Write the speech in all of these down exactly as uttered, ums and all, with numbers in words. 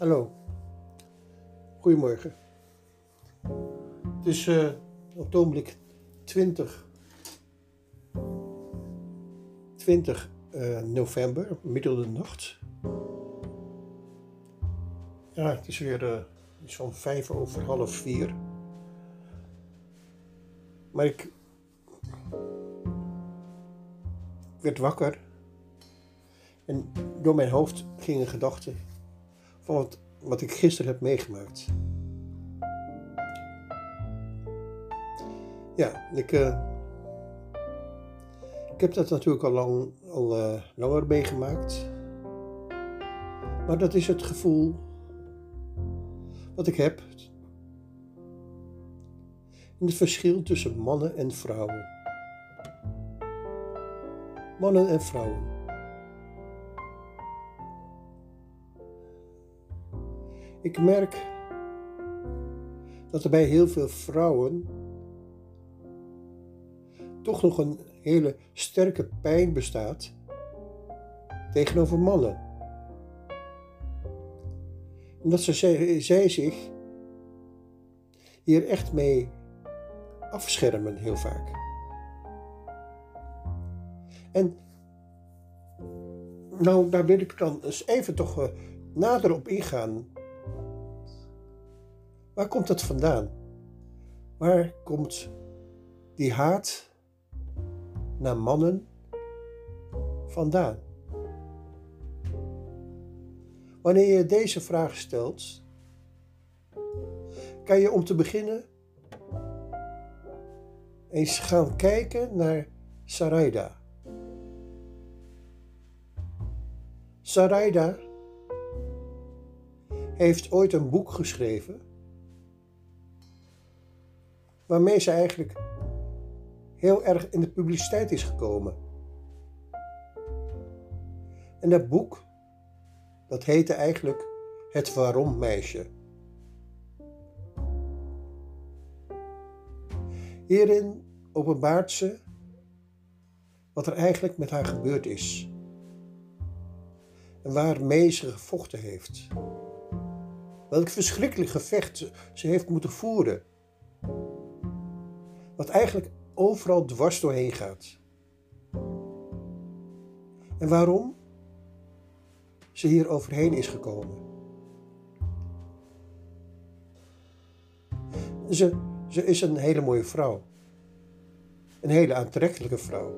Hallo, goedemorgen. Het is uh, op het ogenblik twintig, twintig uh, november, middel de nacht. Ja, het is weer uh, iets van vijf over half vier. Maar ik, ik werd wakker en door mijn hoofd ging een gedachte van wat, wat ik gisteren heb meegemaakt. Ja, ik, uh, ik heb dat natuurlijk al, lang, al uh, langer meegemaakt. Maar dat is het gevoel wat ik heb in het verschil tussen mannen en vrouwen. Mannen en vrouwen. Ik merk dat er bij heel veel vrouwen toch nog een hele sterke pijn bestaat tegenover mannen. En dat ze, zij zich hier echt mee afschermen heel vaak. En nou, daar wil ik dan eens even toch uh, nader op ingaan. Waar komt dat vandaan? Waar komt die haat naar mannen vandaan? Wanneer je deze vraag stelt, kan je om te beginnen eens gaan kijken naar Sarayda. Sarayda heeft ooit een boek geschreven waarmee ze eigenlijk heel erg in de publiciteit is gekomen. En dat boek, dat heette eigenlijk Het Waarom Meisje. Hierin openbaart ze wat er eigenlijk met haar gebeurd is. En waarmee ze gevochten heeft. Welk verschrikkelijk gevecht ze heeft moeten voeren. Wat eigenlijk overal dwars doorheen gaat. En waarom ze hier overheen is gekomen. Ze, ze is een hele mooie vrouw. Een hele aantrekkelijke vrouw.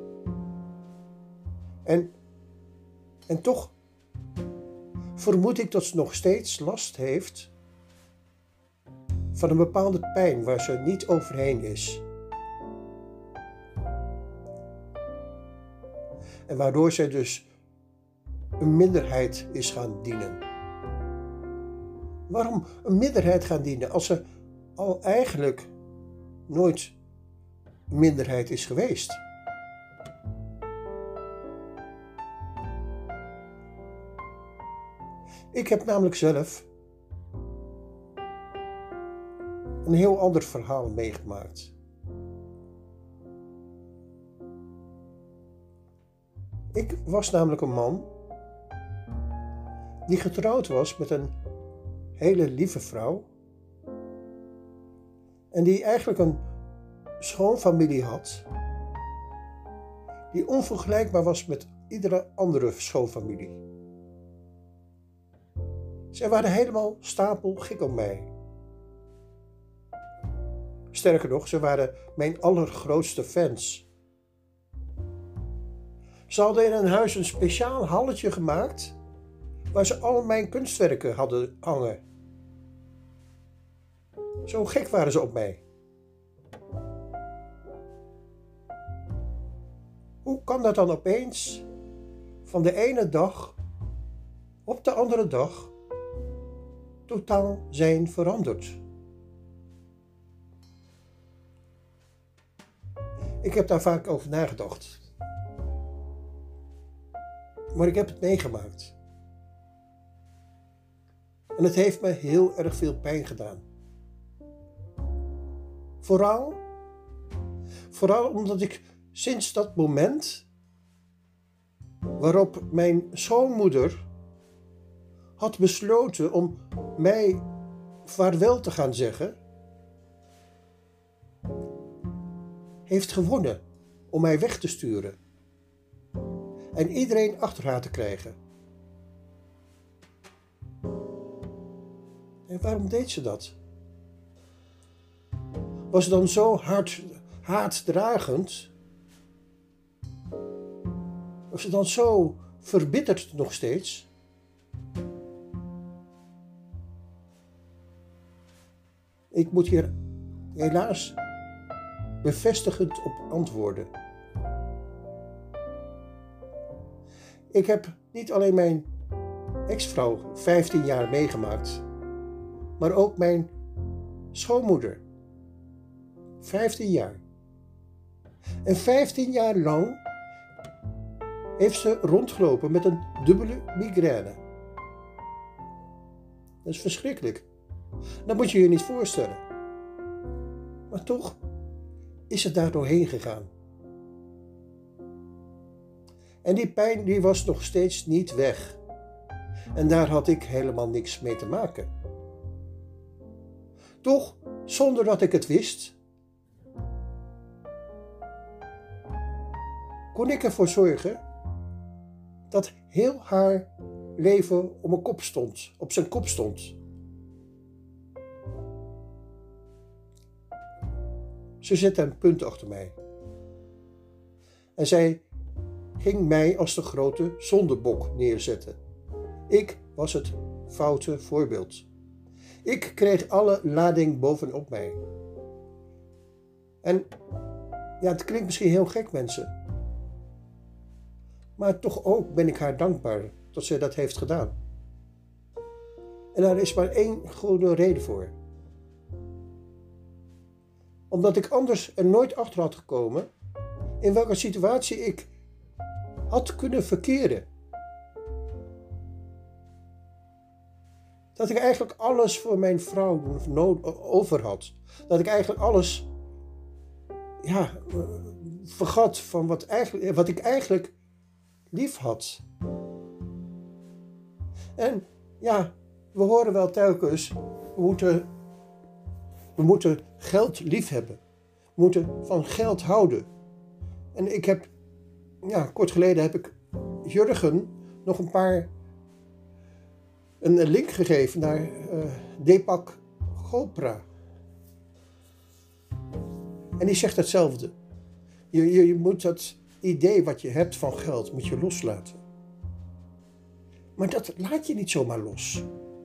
En, en toch vermoed ik dat ze nog steeds last heeft van een bepaalde pijn waar ze niet overheen is. En waardoor zij dus een minderheid is gaan dienen. Waarom een minderheid gaan dienen als ze al eigenlijk nooit een minderheid is geweest? Ik heb namelijk zelf een heel ander verhaal meegemaakt. Ik was namelijk een man die getrouwd was met een hele lieve vrouw en die eigenlijk een schoonfamilie had die onvergelijkbaar was met iedere andere schoonfamilie. Zij waren helemaal stapelgek op mij. Sterker nog, ze waren mijn allergrootste fans. Ze hadden in hun huis een speciaal halletje gemaakt waar ze al mijn kunstwerken hadden hangen. Zo gek waren ze op mij. Hoe kan dat dan opeens van de ene dag op de andere dag totaal zijn veranderd? Ik heb daar vaak over nagedacht. Maar ik heb het meegemaakt. En het heeft me heel erg veel pijn gedaan. Vooral, vooral omdat ik sinds dat moment waarop mijn schoonmoeder had besloten om mij vaarwel te gaan zeggen, heeft gewonnen om mij weg te sturen en iedereen achter haar te krijgen. En waarom deed ze dat? Was ze dan zo hard, haatdragend? Was ze dan zo verbitterd nog steeds? Ik moet hier helaas bevestigend op antwoorden. Ik heb niet alleen mijn ex-vrouw vijftien jaar meegemaakt, maar ook mijn schoonmoeder. vijftien jaar. En vijftien jaar lang heeft ze rondgelopen met een dubbele migraine. Dat is verschrikkelijk. Dat moet je je niet voorstellen. Maar toch is het daar doorheen gegaan. En die pijn die was nog steeds niet weg. En daar had ik helemaal niks mee te maken. Toch, zonder dat ik het wist, kon ik ervoor zorgen dat heel haar leven op, een kop stond, op zijn kop stond. Ze zette een punt achter mij. En zij ging mij als de grote zondebok neerzetten. Ik was het foute voorbeeld. Ik kreeg alle lading bovenop mij. En ja, het klinkt misschien heel gek, mensen. Maar toch ook ben ik haar dankbaar dat ze dat heeft gedaan. En daar is maar één goede reden voor. Omdat ik anders er nooit achter had gekomen in welke situatie ik had kunnen verkeren. Dat ik eigenlijk alles voor mijn vrouw over had. Dat ik eigenlijk alles ja, vergat van wat, eigenlijk, wat ik eigenlijk lief had. En ja, we horen wel telkens, we moeten, we moeten geld lief hebben. We moeten van geld houden. En ik heb, ja, kort geleden heb ik Jurgen nog een paar, een link gegeven naar uh, Deepak Chopra. En die zegt hetzelfde. Je, je, je moet dat idee wat je hebt van geld, moet je loslaten. Maar dat laat je niet zomaar los.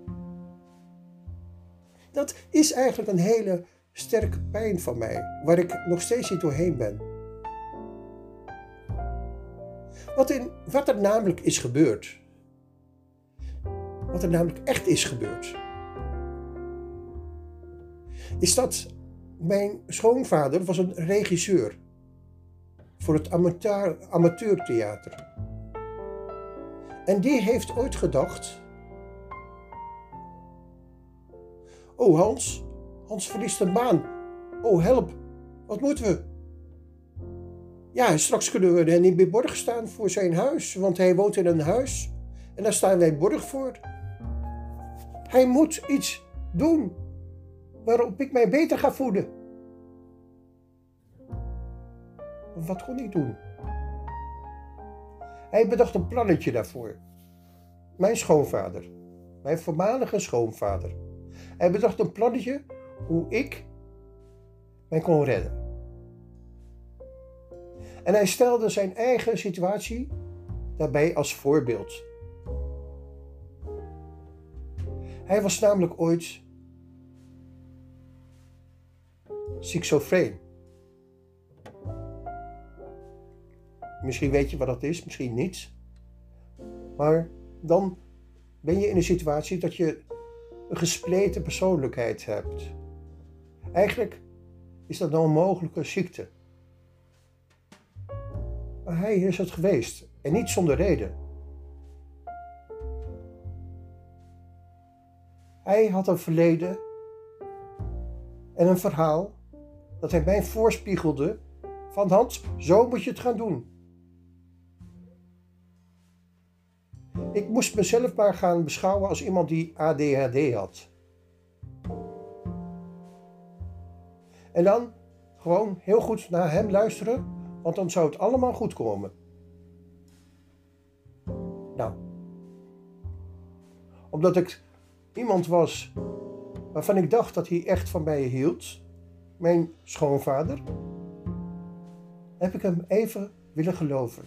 Dat is eigenlijk een hele sterke pijn van mij, waar ik nog steeds niet doorheen ben. Wat, in, wat er namelijk is gebeurd. Wat er namelijk echt is gebeurd. Is dat mijn schoonvader was een regisseur. Voor het amateur, amateurtheater. En die heeft ooit gedacht. Oh Hans, Hans verliest een baan. Oh help, wat moeten we? Ja, straks kunnen we er niet meer borg staan voor zijn huis, want hij woont in een huis en daar staan wij borg voor. Hij moet iets doen waarop ik mij beter ga voeden. Wat kon ik doen? Hij bedacht een plannetje daarvoor. Mijn schoonvader, mijn voormalige schoonvader. Hij bedacht een plannetje hoe ik mij kon redden. En hij stelde zijn eigen situatie daarbij als voorbeeld. Hij was namelijk ooit schizofreen. Misschien weet je wat dat is, misschien niet. Maar dan ben je in een situatie dat je een gespleten persoonlijkheid hebt. Eigenlijk is dat een onmogelijke ziekte. Maar hij is het geweest en niet zonder reden. Hij had een verleden en een verhaal dat hij mij voorspiegelde van Hans, zo moet je het gaan doen. Ik moest mezelf maar gaan beschouwen als iemand die A D H D had. En dan gewoon heel goed naar hem luisteren, want dan zou het allemaal goed komen. Nou, omdat ik iemand was waarvan ik dacht dat hij echt van mij hield, mijn schoonvader, heb ik hem even willen geloven.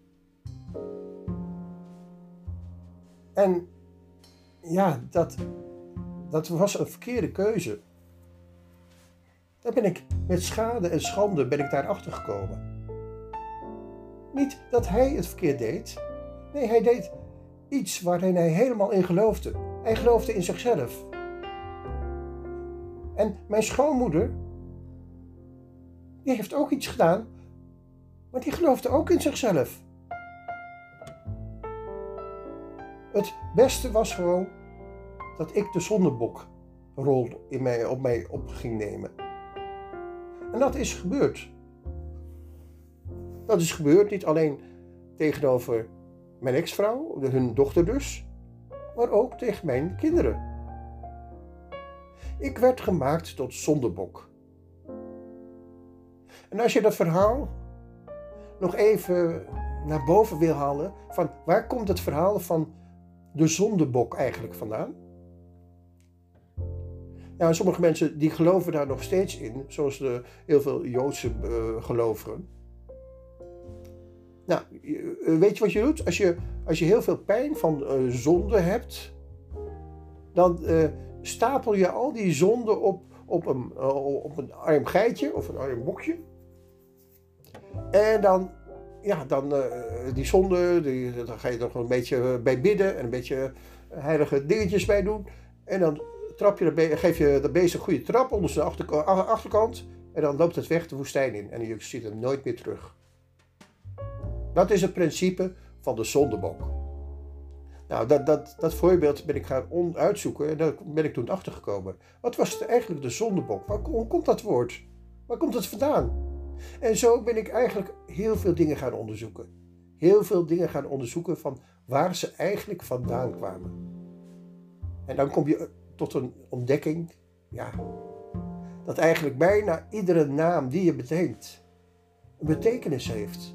En ja, dat, dat was een verkeerde keuze. Daar ben ik met schade en schande ben ik daar achter gekomen. Niet dat hij het verkeerd deed. Nee, hij deed iets waarin hij helemaal in geloofde. Hij geloofde in zichzelf. En mijn schoonmoeder, die heeft ook iets gedaan, maar die geloofde ook in zichzelf. Het beste was gewoon dat ik de zondebokrol in mij, op mij op ging nemen. En dat is gebeurd. Dat is gebeurd niet alleen tegenover mijn ex-vrouw, hun dochter dus, maar ook tegen mijn kinderen. Ik werd gemaakt tot zondebok. En als je dat verhaal nog even naar boven wil halen, van waar komt het verhaal van de zondebok eigenlijk vandaan? Ja, sommige mensen die geloven daar nog steeds in, zoals de heel veel Joodse uh, gelovigen. Nou, weet je wat je doet? Als je, als je heel veel pijn van uh, zonde hebt, dan uh, stapel je al die zonden op, op, een, uh, op een arm geitje of een arm bokje. En dan, ja, dan uh, die zonde, die, dan ga je er nog een beetje bij bidden en een beetje heilige dingetjes bij doen. En dan trap je de, geef je dat beest een goede trap onder zijn achter, achterkant. En dan loopt het weg de woestijn in en je ziet hem nooit meer terug. Dat is het principe van de zondebok. Nou, dat, dat, dat voorbeeld ben ik gaan uitzoeken en daar ben ik toen achtergekomen. Wat was het eigenlijk de zondebok? Waar hoe komt dat woord? Waar komt het vandaan? En zo ben ik eigenlijk heel veel dingen gaan onderzoeken. Heel veel dingen gaan onderzoeken van waar ze eigenlijk vandaan kwamen. En dan kom je tot een ontdekking, ja, dat eigenlijk bijna iedere naam die je bedenkt een betekenis heeft.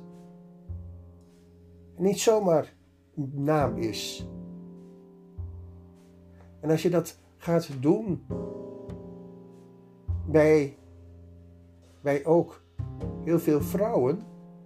En niet zomaar een naam is. En als je dat gaat doen bij, bij ook heel veel vrouwen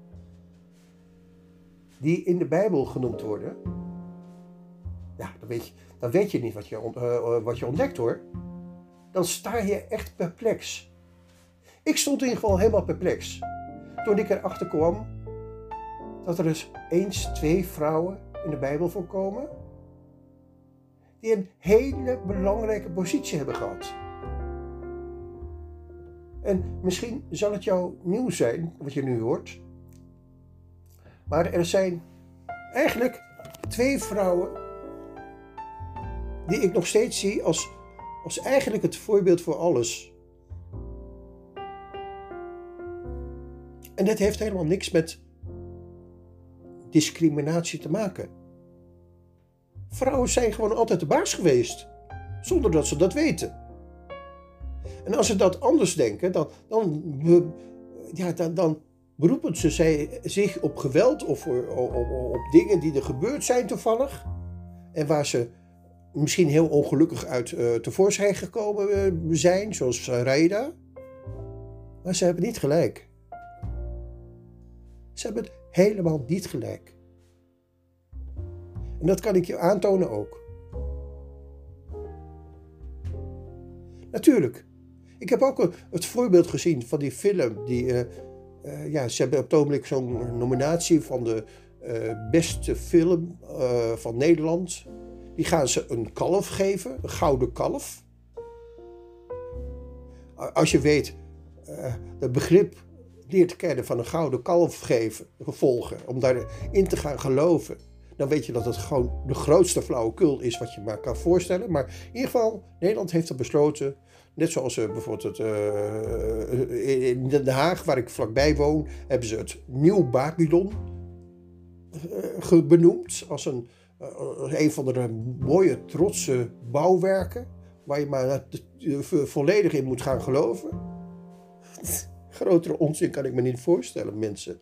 die in de Bijbel genoemd worden, ja, dan weet je, dan weet je niet wat je, uh, wat je ontdekt hoor. Dan sta je echt perplex. Ik stond in ieder geval helemaal perplex. Toen ik erachter kwam dat er dus eens twee vrouwen in de Bijbel voorkomen die een hele belangrijke positie hebben gehad. En misschien zal het jou nieuw zijn wat je nu hoort. Maar er zijn eigenlijk twee vrouwen die ik nog steeds zie als, als eigenlijk het voorbeeld voor alles. En dit heeft helemaal niks met discriminatie te maken. Vrouwen zijn gewoon altijd de baas geweest, zonder dat ze dat weten. En als ze dat anders denken, dan, dan, ja, dan, dan beroepen ze zich op geweld of op, op, op dingen die er gebeurd zijn toevallig. En waar ze misschien heel ongelukkig uit uh, tevoorschijn gekomen uh, zijn, zoals Sarayda. Maar ze hebben niet gelijk. Ze hebben het helemaal niet gelijk. En dat kan ik je aantonen ook. Natuurlijk. Ik heb ook het voorbeeld gezien van die film. Die, uh, uh, ja, ze hebben op het ogenblik zo'n nominatie van de uh, beste film uh, van Nederland. Die gaan ze een kalf geven, een gouden kalf. Als je weet, uh, het begrip leer te kennen van een gouden kalf geven, volgen, om daarin te gaan geloven, dan weet je dat het gewoon de grootste flauwekul is wat je maar kan voorstellen. Maar in ieder geval, Nederland heeft dat besloten. Net zoals uh, bijvoorbeeld het, uh, in Den Haag, waar ik vlakbij woon, hebben ze het Nieuw Babylon uh, benoemd als een, uh, een van de mooie, trotse bouwwerken, waar je maar uh, volledig in moet gaan geloven. Grotere onzin kan ik me niet voorstellen, mensen.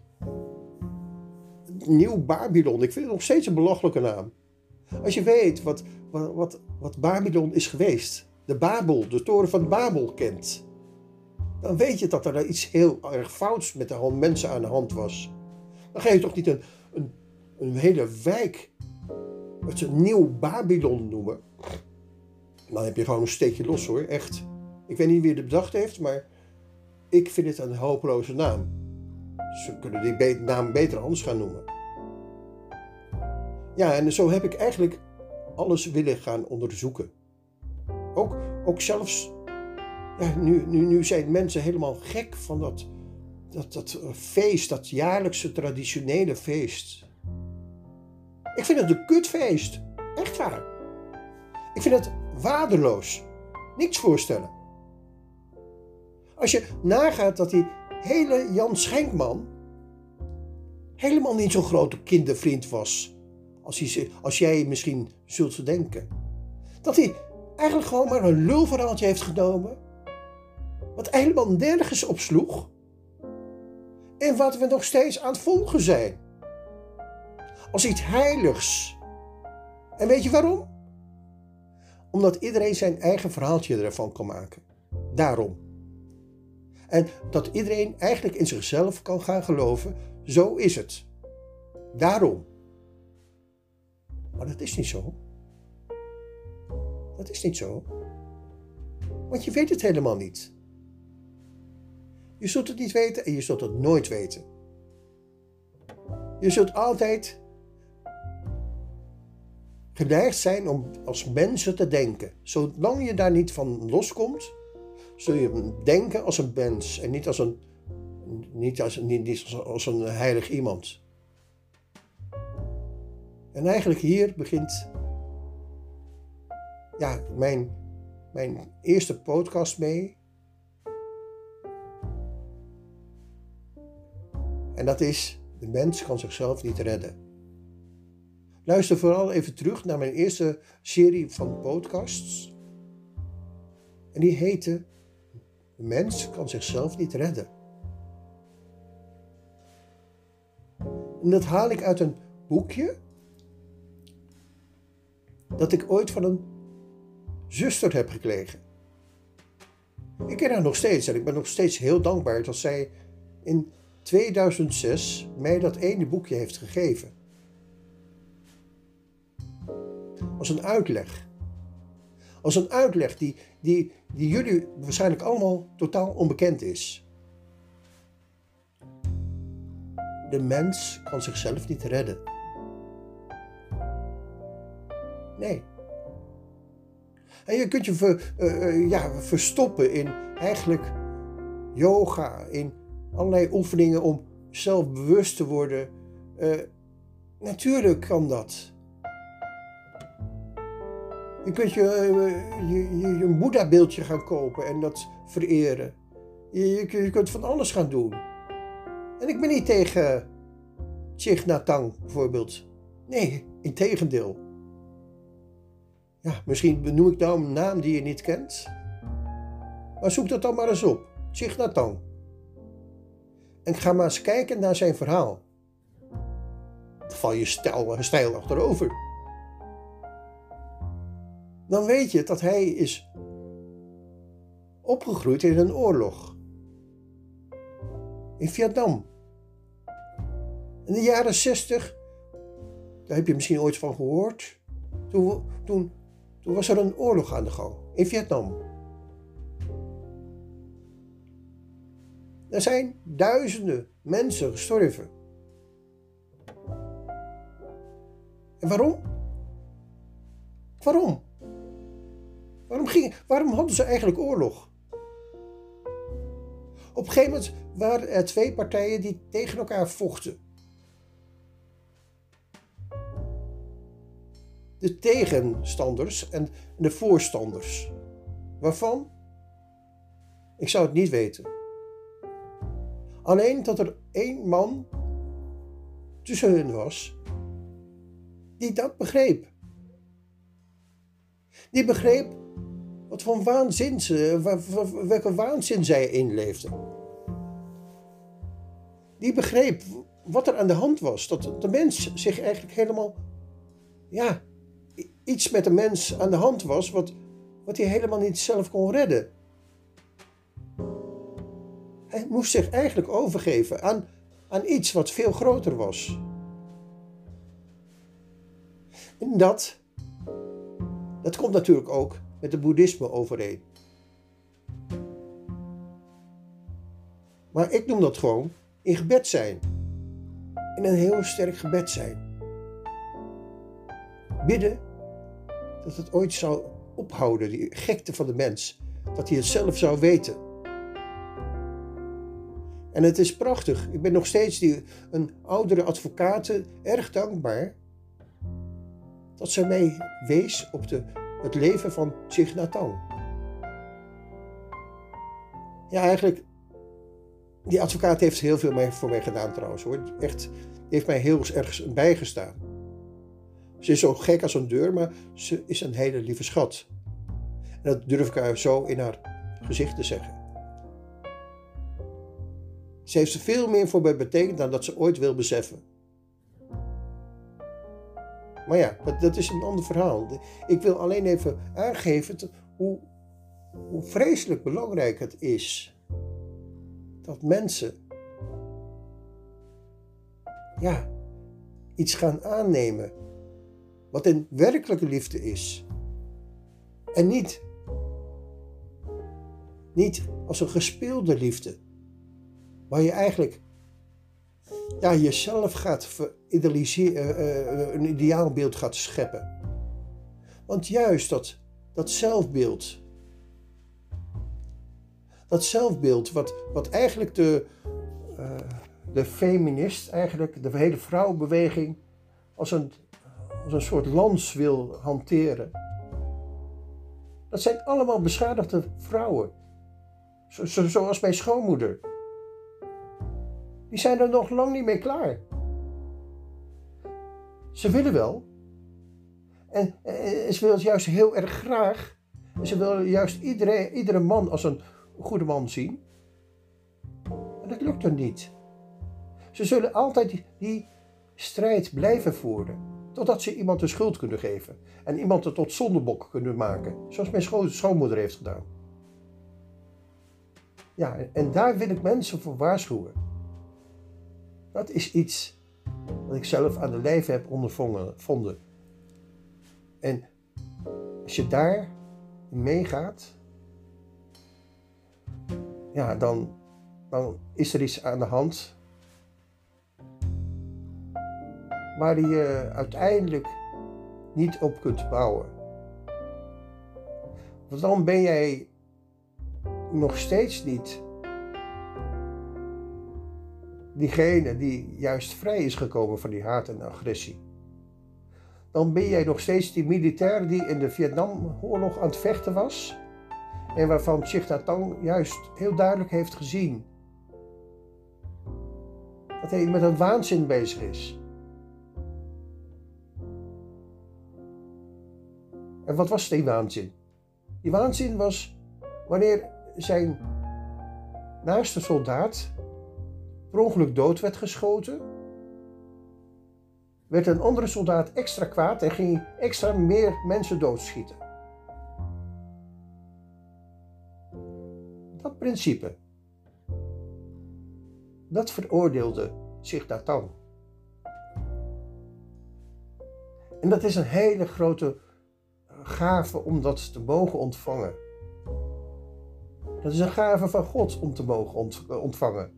Nieuw Babylon, ik vind het nog steeds een belachelijke naam. Als je weet wat, wat, wat, wat Babylon is geweest, de Babel, de toren van Babel kent, dan weet je dat er iets heel erg fouts met de mensen aan de hand was. Dan ga je toch niet een, een, een hele wijk het een Nieuw Babylon noemen. Dan heb je gewoon een steekje los hoor, echt. Ik weet niet wie het bedacht heeft, maar ik vind het een hopeloze naam. Ze kunnen die be- naam beter anders gaan noemen. Ja, en zo heb ik eigenlijk alles willen gaan onderzoeken. Ook, ook zelfs, ja, nu, nu, nu zijn mensen helemaal gek van dat, dat, dat feest, dat jaarlijkse traditionele feest. Ik vind het een kutfeest. Echt waar. Ik vind het waardeloos. Niks voorstellen. Als je nagaat dat die hele Jan Schenkman helemaal niet zo'n grote kindervriend was. Als, hij, als jij misschien zult denken. Dat hij eigenlijk gewoon maar een lulverhaaltje heeft genomen. Wat helemaal nergens opsloeg. En wat we nog steeds aan het volgen zijn. Als iets heiligs. En weet je waarom? Omdat iedereen zijn eigen verhaaltje ervan kan maken. Daarom. En dat iedereen eigenlijk in zichzelf kan gaan geloven. Zo is het. Daarom. Maar dat is niet zo. Dat is niet zo. Want je weet het helemaal niet. Je zult het niet weten en je zult het nooit weten. Je zult altijd geneigd zijn om als mensen te denken. Zolang je daar niet van loskomt, zul je denken als een mens en niet als een, niet als, niet, niet als, als een heilig iemand. En eigenlijk hier begint ja, mijn, mijn eerste podcast mee. En dat is, de mens kan zichzelf niet redden. Luister vooral even terug naar mijn eerste serie van podcasts. En die heette, de mens kan zichzelf niet redden. En dat haal ik uit een boekje dat ik ooit van een zuster heb gekregen. Ik ken haar nog steeds en ik ben nog steeds heel dankbaar dat zij in tweeduizend zes mij dat ene boekje heeft gegeven. Als een uitleg. Als een uitleg die, die, die jullie waarschijnlijk allemaal totaal onbekend is. De mens kan zichzelf niet redden. Nee. En je kunt je ver, uh, ja, verstoppen in eigenlijk yoga, in allerlei oefeningen om zelfbewust te worden. Uh, natuurlijk kan dat. Je kunt je, uh, je, je, je een Boeddha-beeldje gaan kopen en dat vereren. Je, je, je kunt van alles gaan doen. En ik ben niet tegen Thich Nhat Hanh bijvoorbeeld. Nee, integendeel. Ja, misschien noem ik nou een naam die je niet kent. Maar zoek dat dan maar eens op. Thich Nhat Hanh. En ga maar eens kijken naar zijn verhaal. Dan val je stijl, stijl achterover. Dan weet je dat hij is opgegroeid in een oorlog. In Vietnam. In de jaren zestig, daar heb je misschien ooit van gehoord. Toen, toen, toen was er een oorlog aan de gang in Vietnam. Er zijn duizenden mensen gestorven. En waarom? Waarom? Waarom, ging, waarom hadden ze eigenlijk oorlog? Op een gegeven moment waren er twee partijen die tegen elkaar vochten. De tegenstanders en de voorstanders. Waarvan? Ik zou het niet weten. Alleen dat er één man tussen hen was die dat begreep. Die begreep wat voor waanzin ze, welke waanzin zij inleefde. Die begreep wat er aan de hand was. Dat de mens zich eigenlijk helemaal, ja, iets met de mens aan de hand was wat, wat hij helemaal niet zelf kon redden. Hij moest zich eigenlijk overgeven aan, aan iets wat veel groter was. En dat, dat komt natuurlijk ook met het boeddhisme overeen. Maar ik noem dat gewoon in gebed zijn. In een heel sterk gebed zijn. Bidden dat het ooit zou ophouden, die gekte van de mens. Dat hij het zelf zou weten. En het is prachtig. Ik ben nog steeds die, een oudere advocate erg dankbaar dat zij mij wees op de, het leven van Thich Nhat Hanh. Ja, eigenlijk, die advocaat heeft heel veel voor mij gedaan trouwens hoor. Echt, die heeft mij heel erg bijgestaan. Ze is zo gek als een deur, maar ze is een hele lieve schat. En dat durf ik haar zo in haar gezicht te zeggen. Ze heeft veel meer voor mij betekend dan dat ze ooit wil beseffen. Maar ja, dat, dat is een ander verhaal. Ik wil alleen even aangeven te, hoe, hoe vreselijk belangrijk het is dat mensen ja, iets gaan aannemen wat een werkelijke liefde is. En niet, niet als een gespeelde liefde. Waar je eigenlijk ja, jezelf gaat idealiseren, uh, een ideaalbeeld gaat scheppen. Want juist dat, dat zelfbeeld, dat zelfbeeld wat, wat eigenlijk de, uh, de feminist, eigenlijk de hele vrouwenbeweging als een, als een soort lans wil hanteren. Dat zijn allemaal beschadigde vrouwen. Zo, zo, zoals mijn schoonmoeder. Die zijn er nog lang niet mee klaar. Ze willen wel. En, en ze willen juist heel erg graag. En ze willen juist iedereen, iedere man als een goede man zien. En dat lukt er niet. Ze zullen altijd die, die strijd blijven voeren. Totdat ze iemand de schuld kunnen geven. En iemand er tot zondebok kunnen maken. Zoals mijn scho- schoonmoeder heeft gedaan. Ja, en daar wil ik mensen voor waarschuwen. Dat is iets wat ik zelf aan de lijf heb ondervonden. En als je daar meegaat, ja, dan, dan is er iets aan de hand waar je uiteindelijk niet op kunt bouwen. Want dan ben jij nog steeds niet diegene die juist vrij is gekomen van die haat en agressie. Dan ben jij nog steeds die militair die in de Vietnamoorlog aan het vechten was. En waarvan Thich Nhat Hanh juist heel duidelijk heeft gezien dat hij met een waanzin bezig is. En wat was die waanzin? Die waanzin was wanneer zijn naaste soldaat per ongeluk dood werd geschoten, werd een andere soldaat extra kwaad en ging extra meer mensen doodschieten. Dat principe, dat veroordeelde Thich Nhat Hanh. En dat is een hele grote gave om dat te mogen ontvangen. Dat is een gave van God om te mogen ontvangen.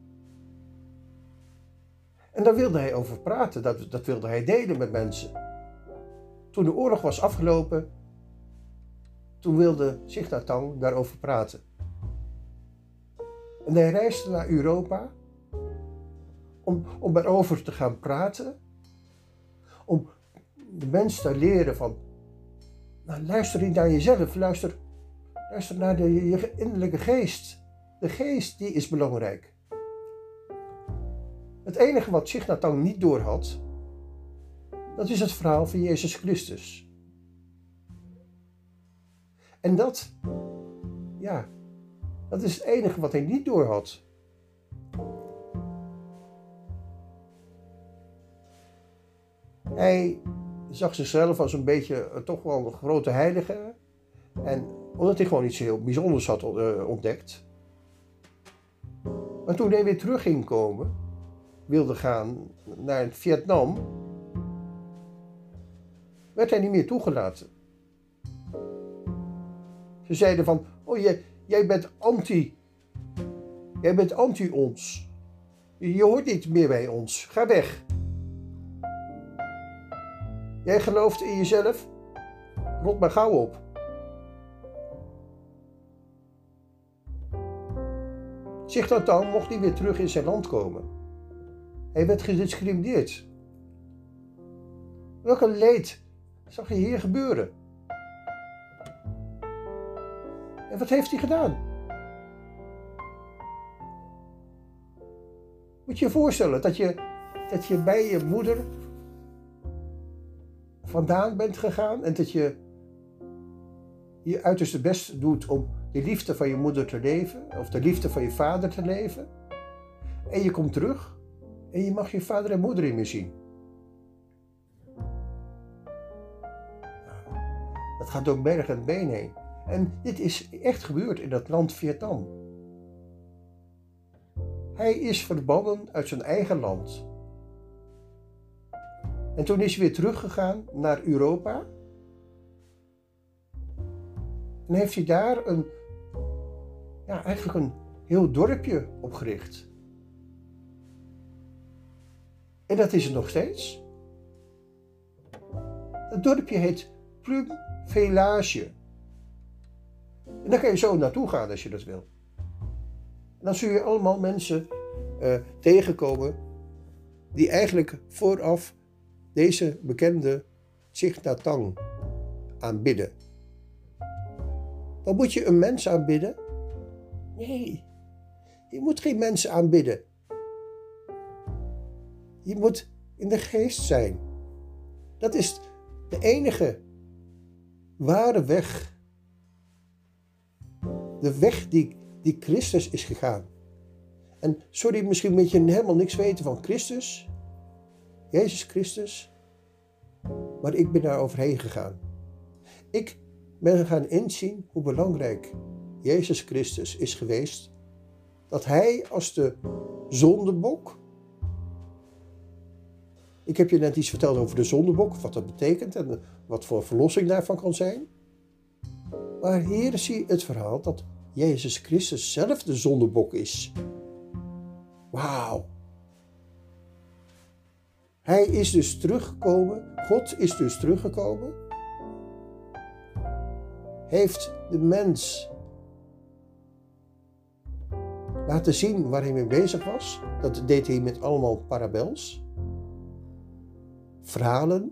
En daar wilde hij over praten, dat, dat wilde hij delen met mensen. Toen de oorlog was afgelopen, toen wilde Thich Nhat Hanh daarover praten. En hij reisde naar Europa om, om erover te gaan praten. Om de mensen te leren van, nou, luister niet naar jezelf, luister, luister naar de, je innerlijke geest. De geest, die is belangrijk. Het enige wat Thich Nhat Hanh niet doorhad, Dat is het verhaal van Jezus Christus. En dat, ja, dat is het enige wat hij niet doorhad. Hij zag zichzelf als een beetje uh, toch wel een grote heilige. En omdat hij gewoon iets heel bijzonders had uh, ontdekt. Maar toen hij weer terug ging komen, wilde gaan naar Vietnam, werd hij niet meer toegelaten. Ze zeiden van, oh jij, jij bent anti, jij bent anti ons. Je hoort niet meer bij ons, ga weg. Jij gelooft in jezelf, rot maar gauw op. Zich dat dan mocht niet weer terug in zijn land komen. Hij werd gediscrimineerd. Welke leed zag je hier gebeuren? En wat heeft hij gedaan? Moet je je voorstellen dat je, dat je bij je moeder vandaan bent gegaan en dat je je uiterste best doet om de liefde van je moeder te leven of de liefde van je vader te leven. En je komt terug en je mag je vader en moeder niet meer zien. Dat gaat door berg en been heen. En dit is echt gebeurd in dat land Vietnam. Hij is verbannen uit zijn eigen land. En toen is hij weer teruggegaan naar Europa. En heeft hij daar een, ja, eigenlijk een heel dorpje opgericht. En dat is het nog steeds. Het dorpje heet Plum Village. En daar kan je zo naartoe gaan als je dat wil. En dan zul je allemaal mensen uh, tegenkomen die eigenlijk vooraf deze bekende Thich Nhat Hanh aanbidden. Dan moet je een mens aanbidden? Nee, je moet geen mensen aanbidden. Je moet in de geest zijn. Dat is de enige ware weg. De weg die, die Christus is gegaan. En sorry, misschien moet je helemaal niks weten van Christus. Jezus Christus. Maar ik ben daar overheen gegaan. Ik ben gaan inzien hoe belangrijk Jezus Christus is geweest. Dat hij als de zondebok. Ik heb je net iets verteld over de zondebok, wat dat betekent en wat voor verlossing daarvan kan zijn. Maar hier zie je het verhaal dat Jezus Christus zelf de zondebok is. Wauw. Hij is dus teruggekomen, God is dus teruggekomen. Heeft de mens laten zien waar hij mee bezig was. Dat deed hij met allemaal parabels. Verhalen.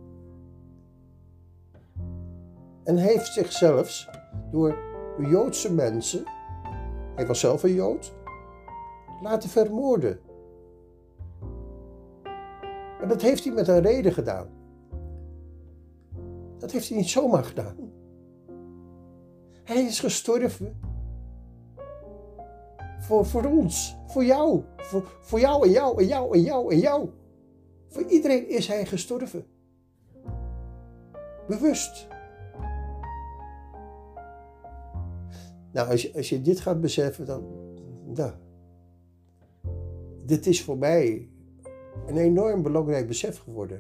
En heeft zichzelf door de Joodse mensen, hij was zelf een Jood, laten vermoorden. Maar dat heeft hij met een reden gedaan. Dat heeft hij niet zomaar gedaan. Hij is gestorven. Voor, voor ons, voor jou, voor, voor jou en jou en jou en jou en jou. Voor iedereen is hij gestorven. Bewust. Nou, als je, als je dit gaat beseffen, dan, nou, dit is voor mij een enorm belangrijk besef geworden.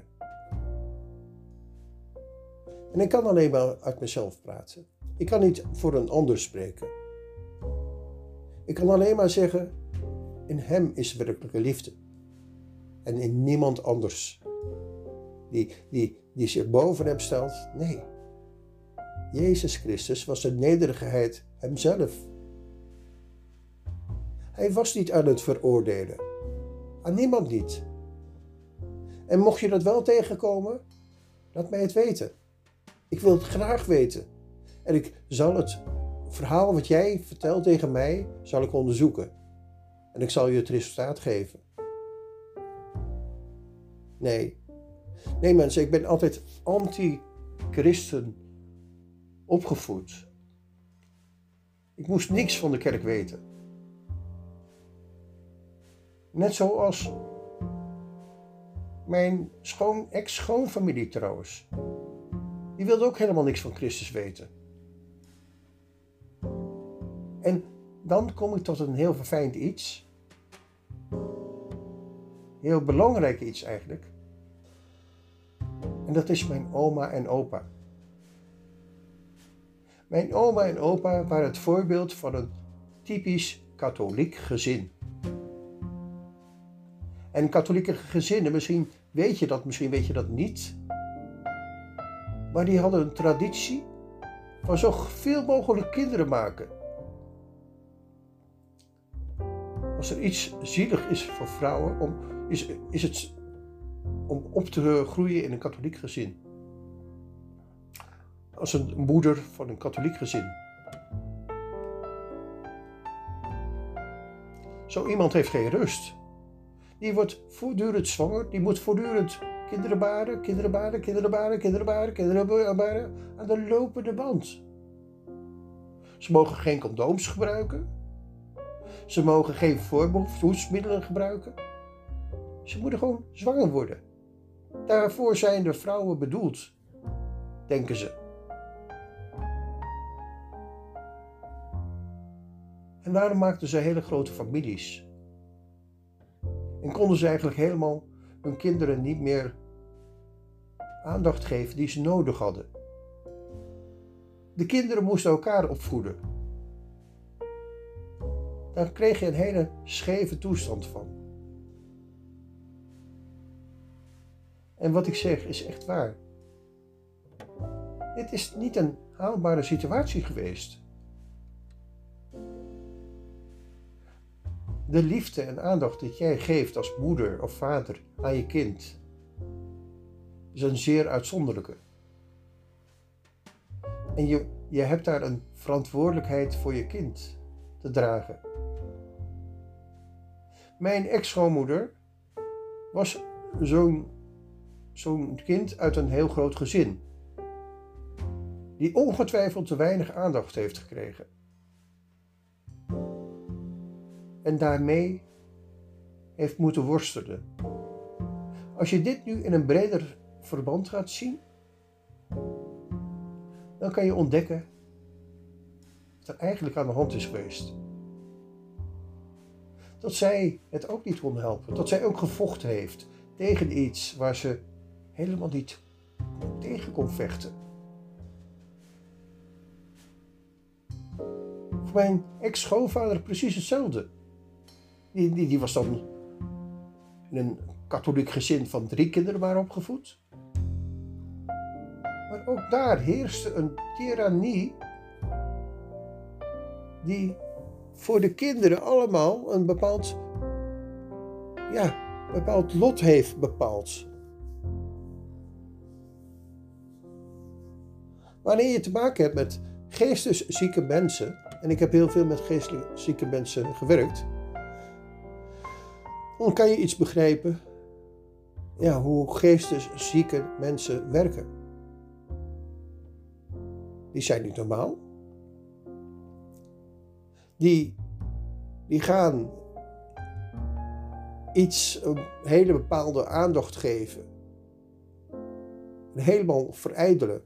En ik kan alleen maar uit mezelf praten. Ik kan niet voor een ander spreken. Ik kan alleen maar zeggen, in hem is werkelijke liefde. En in niemand anders. Die, die, die zich boven hem stelt. Nee. Jezus Christus was de nederigheid hemzelf. Hij was niet aan het veroordelen. Aan niemand niet. En mocht je dat wel tegenkomen, laat mij het weten. Ik wil het graag weten. En ik zal het verhaal wat jij vertelt tegen mij, zal ik onderzoeken. En ik zal je het resultaat geven. Nee, Nee mensen, ik ben altijd anti-christen opgevoed. Ik moest niks van de kerk weten. Net zoals mijn schoon, ex-schoonfamilie trouwens. Die wilde ook helemaal niks van Christus weten. En dan kom ik tot een heel verfijnd iets. Heel belangrijk iets eigenlijk. En dat is mijn oma en opa. Mijn oma en opa waren het voorbeeld van een typisch katholiek gezin. En katholieke gezinnen, misschien weet je dat, misschien weet je dat niet. Maar die hadden een traditie van zoveel mogelijk kinderen maken. Als er iets zielig is voor vrouwen, om, is, is het om op te groeien in een katholiek gezin. Als een moeder van een katholiek gezin. Zo iemand heeft geen rust. Die wordt voortdurend zwanger, die moet voortdurend kinderen baren, kinderen baren, kinderen baren, kinderen baren, kinderen baren, aan de lopende band. Ze mogen geen condooms gebruiken. Ze mogen geen voorbehoedsmiddelen gebruiken. Ze moeten gewoon zwanger worden. Daarvoor zijn de vrouwen bedoeld, denken ze. En daarom maakten ze hele grote families. En konden ze eigenlijk helemaal hun kinderen niet meer aandacht geven die ze nodig hadden. De kinderen moesten elkaar opvoeden. Daar kreeg je een hele scheve toestand van. En wat ik zeg is echt waar. Dit is niet een haalbare situatie geweest. De liefde en aandacht die jij geeft als moeder of vader aan je kind is een zeer uitzonderlijke. En je, je hebt daar een verantwoordelijkheid voor je kind te dragen. Mijn ex-schoonmoeder was zo'n zo'n kind uit een heel groot gezin, die ongetwijfeld te weinig aandacht heeft gekregen. En daarmee heeft moeten worstelen. Als je dit nu in een breder verband gaat zien, dan kan je ontdekken wat er eigenlijk aan de hand is geweest. Dat zij het ook niet kon helpen. Dat zij ook gevochten heeft tegen iets waar ze helemaal niet tegen kon vechten. Voor mijn ex-schoonvader precies hetzelfde. Die, die, die was dan in een katholiek gezin van drie kinderen maar opgevoed. Maar ook daar heerste een tirannie die voor de kinderen allemaal een bepaald, ja, bepaald lot heeft bepaald. Wanneer je te maken hebt met geesteszieke mensen, en ik heb heel veel met geesteszieke mensen gewerkt, dan kan je iets begrijpen, ja, hoe geesteszieke mensen werken. Die zijn niet normaal. Die, die gaan iets een hele bepaalde aandacht geven. En helemaal verijdelen.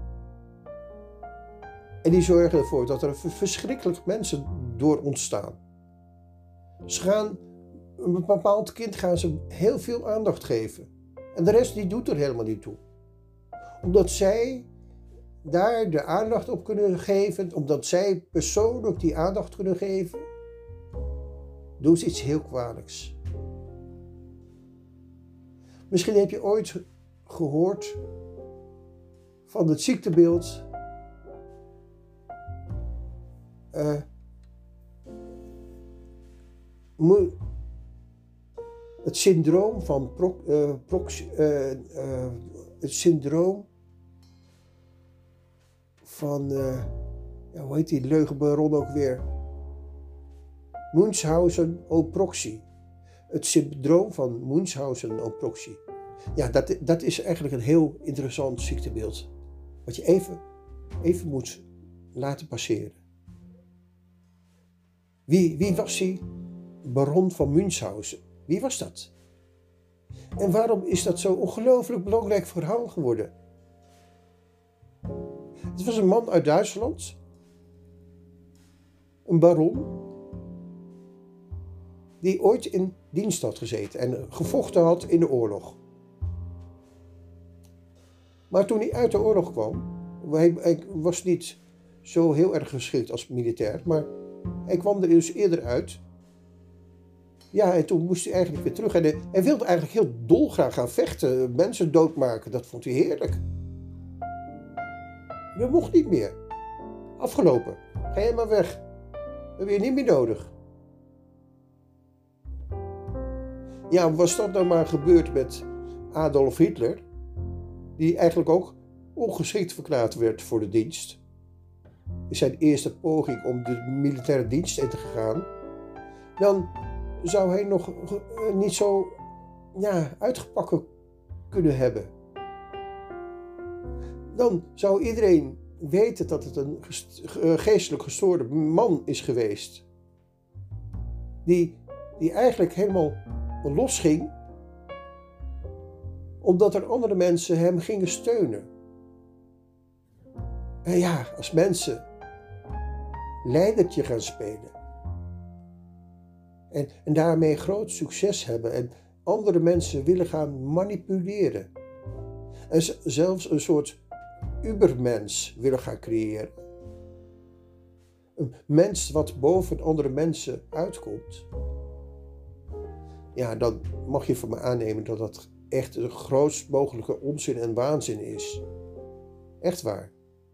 En die zorgen ervoor dat er verschrikkelijk mensen door ontstaan. Ze gaan een bepaald kind gaan ze heel veel aandacht geven. En de rest die doet er helemaal niet toe. Omdat zij daar de aandacht op kunnen geven, omdat zij persoonlijk die aandacht kunnen geven, doen ze iets heel kwalijks. Misschien heb je ooit gehoord van het ziektebeeld uh, het syndroom van pro, uh, prox, uh, uh, het syndroom van, uh, ja, hoe heet die leugenbaron ook weer? Munchausen-Oproxie. Het syndroom van Munchausen-Oproxie. Ja, dat, dat is eigenlijk een heel interessant ziektebeeld. Wat je even, even moet laten passeren. Wie, wie was die baron van Münchhausen? Wie was dat? En waarom is dat zo ongelooflijk belangrijk verhaal geworden? Het was een man uit Duitsland. Een baron. Die ooit in dienst had gezeten en gevochten had in de oorlog. Maar toen hij uit de oorlog kwam, hij, hij was niet zo heel erg geschikt als militair, maar hij kwam er dus eerder uit. Ja, en toen moest hij eigenlijk weer terug. En hij, hij wilde eigenlijk heel dolgraag gaan vechten, mensen doodmaken. Dat vond hij heerlijk. Dat mocht niet meer. Afgelopen. Ga jij maar weg. We hebben je niet meer nodig. Ja, was dat nou maar gebeurd met Adolf Hitler, die eigenlijk ook ongeschikt verklaard werd voor de dienst. In zijn eerste poging om de militaire dienst in te gaan, dan zou hij nog niet zo ja, uitgepakken kunnen hebben. Dan zou iedereen weten dat het een geestelijk gestoorde man is geweest. Die, die eigenlijk helemaal losging, omdat er andere mensen hem gingen steunen. En ja, als mensen leidertje gaan spelen. En, en daarmee groot succes hebben en andere mensen willen gaan manipuleren. En zelfs een soort ubermens willen gaan creëren. Een mens wat boven andere mensen uitkomt. Ja, dan mag je van me aannemen dat dat echt de grootst mogelijke onzin en waanzin is. Echt waar.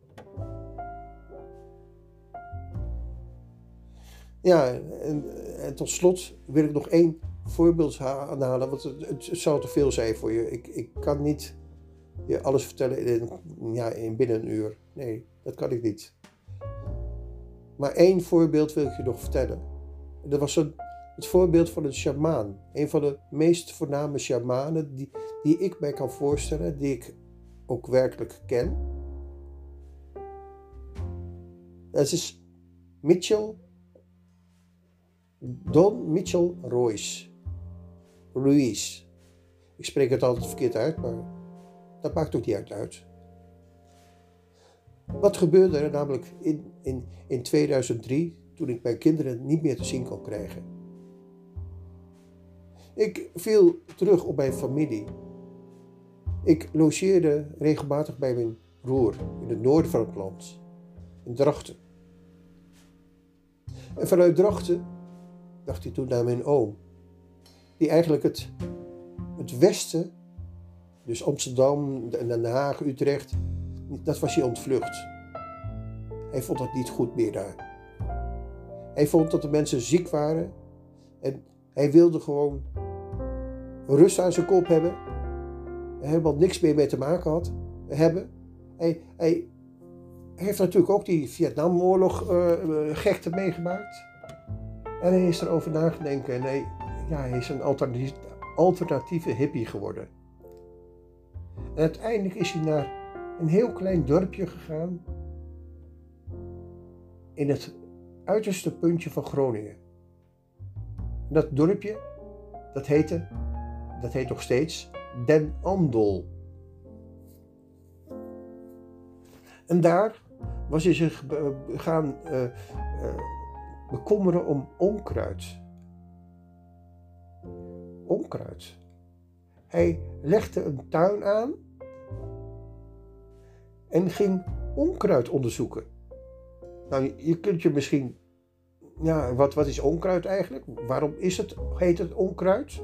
Ja, en, en tot slot wil ik nog één voorbeeld aanhalen, want het, het zou te veel zijn voor je. Ik, ik kan niet je alles vertellen in, ja, in binnen een uur. Nee, dat kan ik niet. Maar één voorbeeld wil ik je nog vertellen. Dat was een, het voorbeeld van een sjamaan. Een van de meest voorname sjamanen die, die ik mij kan voorstellen, die ik ook werkelijk ken. Dat is Mitchell Don Mitchell Ruiz. Ruiz. Ik spreek het altijd verkeerd uit, maar dat maakt ook niet uit uit. Wat gebeurde er namelijk in, in, in tweeduizend drie, toen ik mijn kinderen niet meer te zien kon krijgen? Ik viel terug op mijn familie. Ik logeerde regelmatig bij mijn broer in het noorden van het land, in Drachten. En vanuit Drachten dacht hij toen naar mijn oom, die eigenlijk het, het westen, dus Amsterdam, Den Haag, Utrecht, dat was hij ontvlucht. Hij vond het niet goed meer daar. Hij vond dat de mensen ziek waren en hij wilde gewoon rust aan zijn kop hebben. Hij helemaal niks meer mee te maken had, hebben. Hij, hij, hij heeft natuurlijk ook die Vietnamoorlog uh, gekte meegemaakt. En hij is erover nagedenken en hij, ja, hij is een alternatief, alternatieve hippie geworden. En uiteindelijk is hij naar een heel klein dorpje gegaan in het uiterste puntje van Groningen. Dat dorpje, dat heette, dat heet nog steeds Den Andel. En daar was hij zich gaan uh, uh, bekommeren om onkruid. Onkruid. Hij legde een tuin aan en ging onkruid onderzoeken. Nou, je kunt je misschien, ja, wat, wat is onkruid eigenlijk? Waarom is het, heet het onkruid?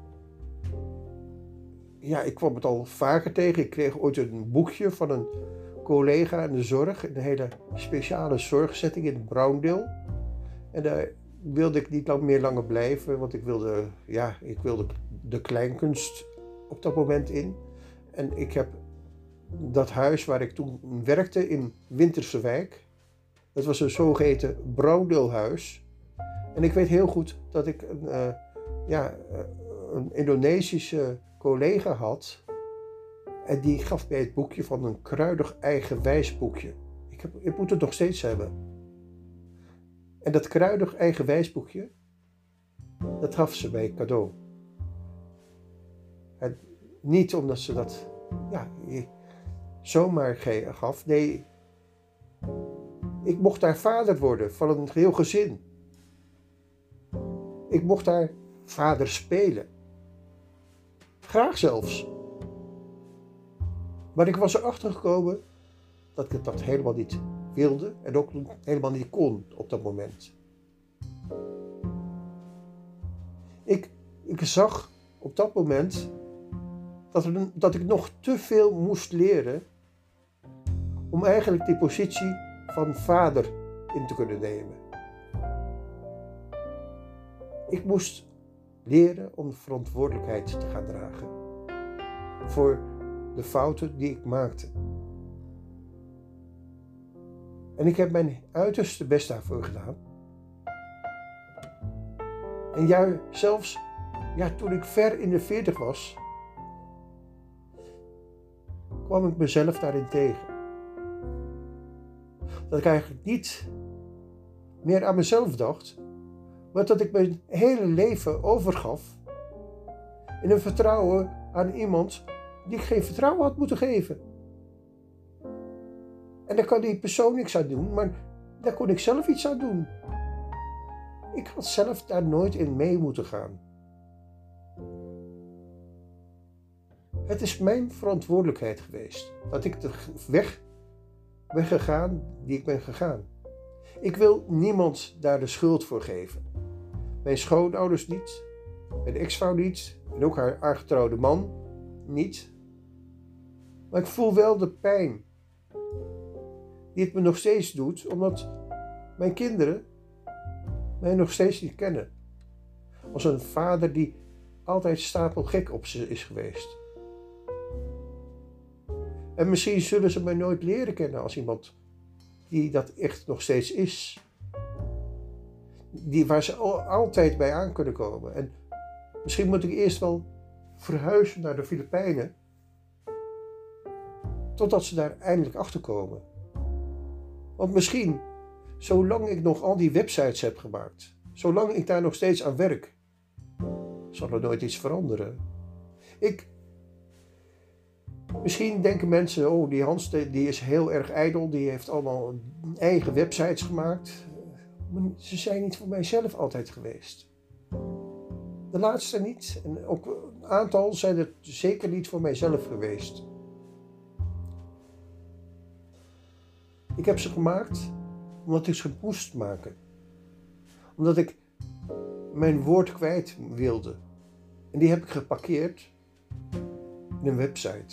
Ja, ik kwam het al vaker tegen. Ik kreeg ooit een boekje van een collega in de zorg, een hele speciale zorgzetting in Browndale. En daar wilde ik niet lang meer langer blijven, want ik wilde, ja, ik wilde de kleinkunst op dat moment in. En ik heb dat huis waar ik toen werkte in Winterse Wijk, dat was een zogeheten Browndale-huis. En ik weet heel goed dat ik een, uh, ja, een Indonesische collega had en die gaf mij het boekje van een kruidig eigenwijs boekje. Ik, heb, ik moet het nog steeds hebben. En dat kruidig eigenwijs boekje, dat gaf ze mij cadeau. En niet omdat ze dat ja, zomaar gaf. Nee, ik mocht daar vader worden van een heel gezin. Ik mocht daar vader spelen. Graag zelfs. Maar ik was erachter gekomen dat ik dat helemaal niet wilde en ook helemaal niet kon op dat moment. Ik, ik zag op dat moment dat, er, dat ik nog te veel moest leren om eigenlijk die positie van vader in te kunnen nemen. Ik moest leren om verantwoordelijkheid te gaan dragen voor de fouten die ik maakte. En ik heb mijn uiterste best daarvoor gedaan. En ja, zelfs ja, toen ik ver in de veertig was, kwam ik mezelf daarin tegen. Dat ik eigenlijk niet meer aan mezelf dacht, maar dat ik mijn hele leven overgaf in een vertrouwen aan iemand die ik geen vertrouwen had moeten geven. En daar kan die persoon niks aan doen, maar daar kon ik zelf iets aan doen. Ik had zelf daar nooit in mee moeten gaan. Het is mijn verantwoordelijkheid geweest dat ik de weg ben gegaan die ik ben gegaan. Ik wil niemand daar de schuld voor geven. Mijn schoonouders niet, mijn ex-vrouw niet en ook haar aangetrouwde man niet. Maar ik voel wel de pijn die het me nog steeds doet, omdat mijn kinderen mij nog steeds niet kennen. Als een vader die altijd stapelgek op ze is geweest. En misschien zullen ze mij nooit leren kennen als iemand die dat echt nog steeds is. Die, waar ze al, altijd bij aan kunnen komen. En misschien moet ik eerst wel verhuizen naar de Filipijnen, totdat ze daar eindelijk achter komen. Want misschien, zolang ik nog al die websites heb gemaakt, zolang ik daar nog steeds aan werk, zal er nooit iets veranderen. Ik, misschien denken mensen, oh die Hans die is heel erg ijdel, die heeft allemaal eigen websites gemaakt. Maar ze zijn niet voor mijzelf altijd geweest. De laatste niet, en ook een aantal zijn het zeker niet voor mijzelf geweest. Ik heb ze gemaakt omdat ik ze moest maken. Omdat ik mijn woord kwijt wilde. En die heb ik geparkeerd in een website.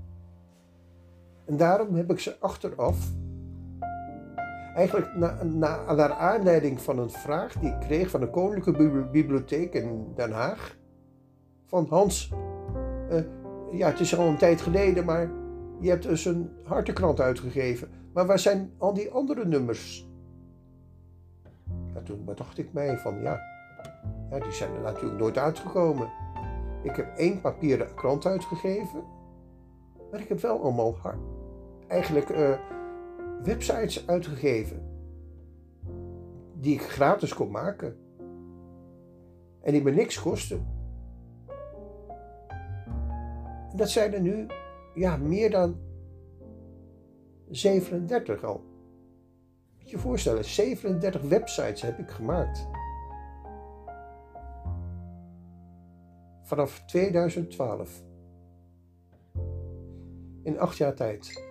En daarom heb ik ze achteraf, eigenlijk na, na, naar aanleiding van een vraag die ik kreeg van de Koninklijke Bibliotheek in Den Haag. Van Hans, uh, ja het is al een tijd geleden, maar je hebt dus een hartenkrant uitgegeven. Maar waar zijn al die andere nummers? Ja, toen bedacht ik mij van ja, ja, die zijn er natuurlijk nooit uitgekomen. Ik heb één papieren krant uitgegeven, maar ik heb wel allemaal eigenlijk uh, websites uitgegeven die ik gratis kon maken en die me niks kosten. En dat zijn er nu ja, meer dan zevenendertig al. Moet je je voorstellen, zevenendertig websites heb ik gemaakt. Vanaf tweeduizend twaalf. In acht jaar tijd.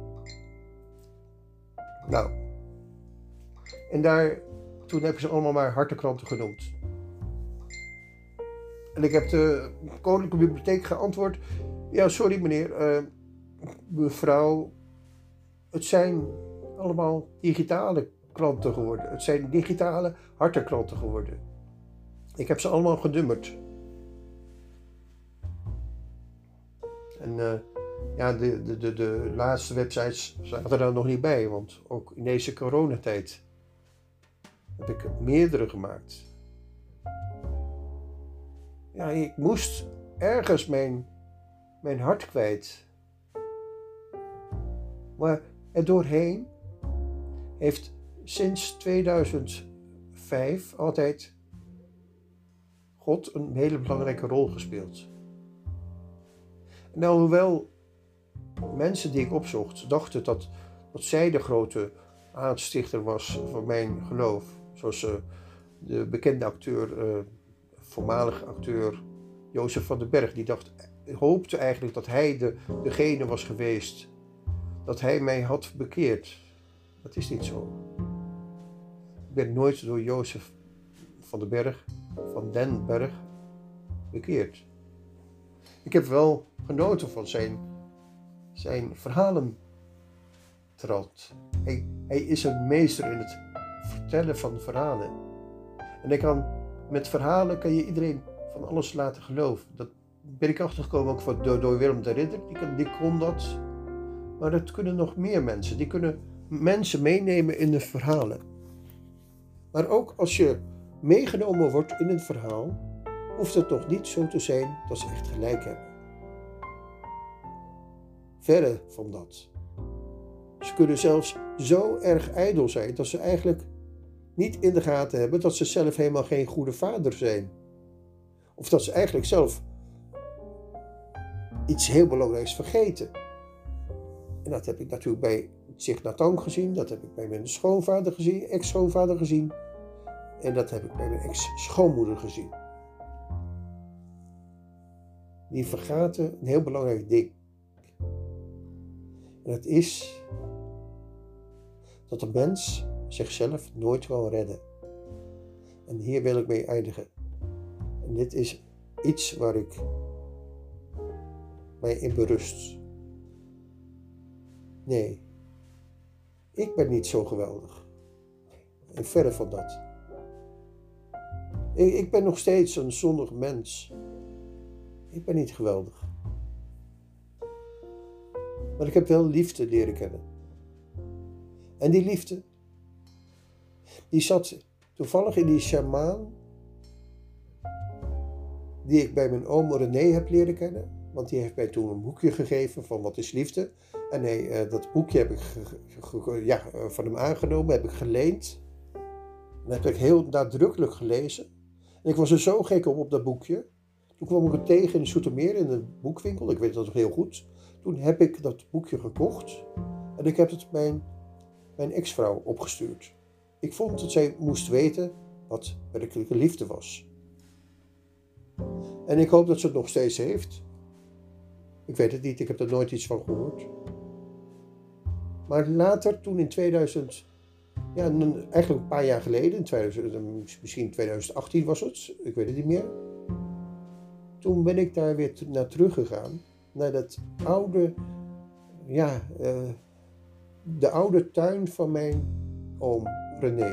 Nou. En daar, toen heb ik ze allemaal maar hartenkranten genoemd. En ik heb de Koninklijke Bibliotheek geantwoord. Ja, sorry meneer, uh, mevrouw. Het zijn allemaal digitale kranten geworden. Het zijn digitale hartenkranten geworden. Ik heb ze allemaal genummerd. En uh, ja, de, de, de, de laatste websites zaten er nog niet bij, want ook in deze coronatijd heb ik meerdere gemaakt. Ja, ik moest ergens mijn, mijn hart kwijt. Maar er doorheen heeft sinds tweeduizend vijf altijd God een hele belangrijke rol gespeeld. En alhoewel mensen die ik opzocht dachten dat, dat zij de grote aanstichter was van mijn geloof, zoals uh, de bekende acteur, uh, voormalige acteur Jozef van den Berg, die dacht, hoopte eigenlijk dat hij de, degene was geweest, dat hij mij had bekeerd. Dat is niet zo. Ik ben nooit door Jozef van den Berg, van den Berg, bekeerd. Ik heb wel genoten van zijn, zijn verhalentrand. Hij, hij is een meester in het vertellen van verhalen. En hij kan, met verhalen kan je iedereen van alles laten geloven. Dat ben ik achtergekomen ook van, door, door Willem de Ridder. Die, kan, die kon dat. Maar dat kunnen nog meer mensen. Die kunnen mensen meenemen in de verhalen. Maar ook als je meegenomen wordt in een verhaal, hoeft het nog niet zo te zijn dat ze echt gelijk hebben. Verre van dat. Ze kunnen zelfs zo erg ijdel zijn dat ze eigenlijk niet in de gaten hebben dat ze zelf helemaal geen goede vader zijn. Of dat ze eigenlijk zelf iets heel belangrijks vergeten. En dat heb ik natuurlijk bij Thich Nhat Hanh gezien, dat heb ik bij mijn schoonvader gezien, ex-schoonvader gezien. En dat heb ik bij mijn ex-schoonmoeder gezien. Die vergaten een heel belangrijk ding. En dat is dat een mens zichzelf nooit kan redden. En hier wil ik mee eindigen. En dit is iets waar ik mij in berust. Nee, ik ben niet zo geweldig. En verre van dat. Ik, ik ben nog steeds een zondig mens. Ik ben niet geweldig. Maar ik heb wel liefde leren kennen. En die liefde, die zat toevallig in die sjamaan die ik bij mijn oom René heb leren kennen. Want die heeft mij toen een boekje gegeven van wat is liefde. En nee, dat boekje heb ik ge, ge, ge, ja, van hem aangenomen, heb ik geleend. En dat heb ik heel nadrukkelijk gelezen. En ik was er zo gek op op dat boekje. Toen kwam ik het tegen in de Soetermeer in een boekwinkel. Ik weet dat nog heel goed. Toen heb ik dat boekje gekocht. En ik heb het mijn, mijn ex-vrouw opgestuurd. Ik vond dat zij moest weten wat werkelijke liefde was. En ik hoop dat ze het nog steeds heeft. Ik weet het niet, ik heb er nooit iets van gehoord. Maar later, toen in tweeduizend, ja, eigenlijk een paar jaar geleden, in tweeduizend, misschien tweeduizend achttien was het, ik weet het niet meer. Toen ben ik daar weer naar teruggegaan, naar dat oude, ja, uh, de oude tuin van mijn oom René.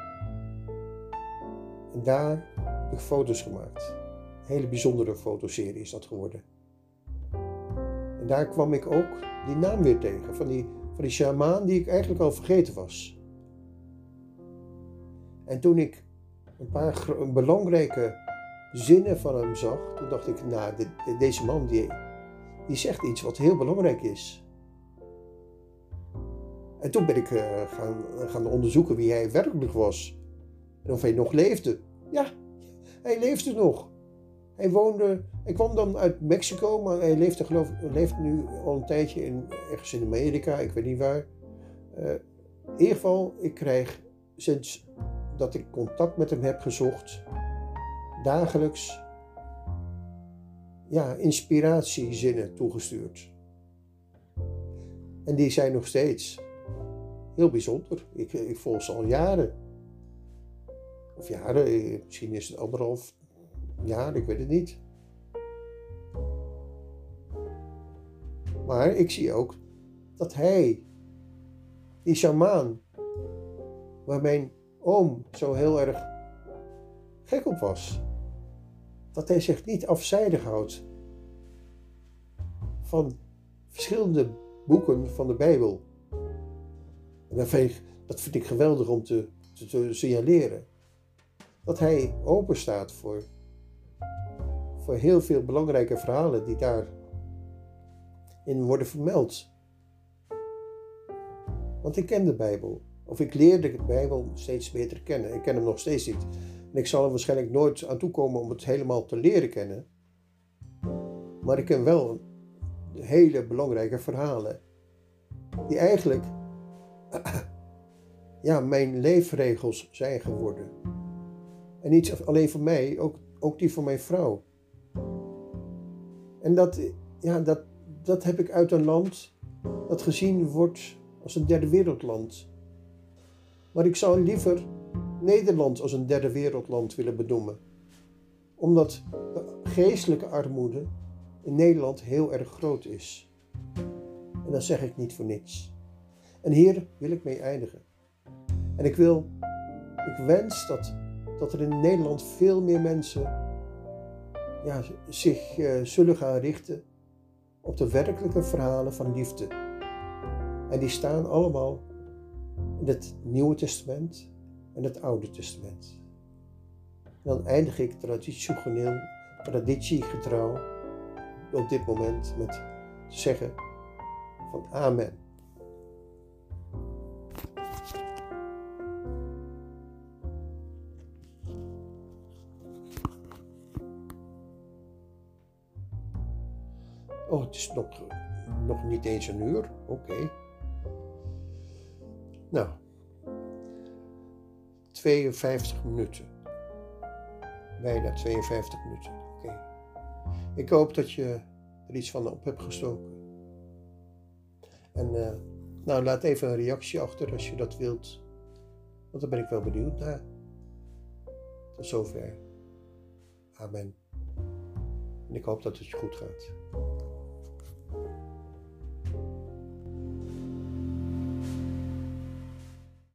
En daar heb ik foto's gemaakt. Een hele bijzondere fotoserie is dat geworden. En daar kwam ik ook die naam weer tegen, van die, van die sjamaan die ik eigenlijk al vergeten was. En toen ik een paar belangrijke zinnen van hem zag, toen dacht ik, nou, de, de, deze man die, die zegt iets wat heel belangrijk is. En toen ben ik uh, gaan, gaan onderzoeken wie hij werkelijk was. En of hij nog leefde. Ja, hij leefde nog. Hij woonde, hij kwam dan uit Mexico, maar hij leefde, geloof, leeft nu al een tijdje in, ergens in Amerika, ik weet niet waar. Uh, in ieder geval, ik krijg sinds dat ik contact met hem heb gezocht, dagelijks ja, inspiratiezinnen toegestuurd. En die zijn nog steeds heel bijzonder. Ik, ik volg ze al jaren. Of jaren, misschien is het anderhalf jaar, ik weet het niet. Maar ik zie ook dat hij, die sjamaan, waar mijn oom zo heel erg gek op was, dat hij zich niet afzijdig houdt van verschillende boeken van de Bijbel. En dat vind ik, dat vind ik geweldig om te, te, te signaleren. Dat hij open staat voor, voor heel veel belangrijke verhalen die daarin worden vermeld. Want ik ken de Bijbel. Of ik leer de Bijbel steeds beter kennen. Ik ken hem nog steeds niet. En ik zal er waarschijnlijk nooit aan toekomen om het helemaal te leren kennen. Maar ik ken wel hele belangrijke verhalen. Die eigenlijk ja, mijn leefregels zijn geworden. En niet alleen voor mij, ook, ook die van mijn vrouw. En dat, ja, dat, dat heb ik uit een land dat gezien wordt als een derde wereldland. Maar ik zou liever Nederland als een derde wereldland willen benoemen. Omdat de geestelijke armoede in Nederland heel erg groot is. En dat zeg ik niet voor niets. En hier wil ik mee eindigen. En ik wil, ik wens dat, dat er in Nederland veel meer mensen ja, zich uh, zullen gaan richten op de werkelijke verhalen van liefde. En die staan allemaal in het Nieuwe Testament en het Oude Testament. En dan eindig ik traditioneel, traditiegetrouw op dit moment met te zeggen van Amen. Oh, het is nog, nog niet eens een uur. Oké. Okay. Nou, tweeënvijftig minuten. Bijna tweeënvijftig minuten. Oké. Okay. Ik hoop dat je er iets van op hebt gestoken. En uh, nou, laat even een reactie achter als je dat wilt. Want daar ben ik wel benieuwd naar. Tot zover. Amen. En ik hoop dat het je goed gaat.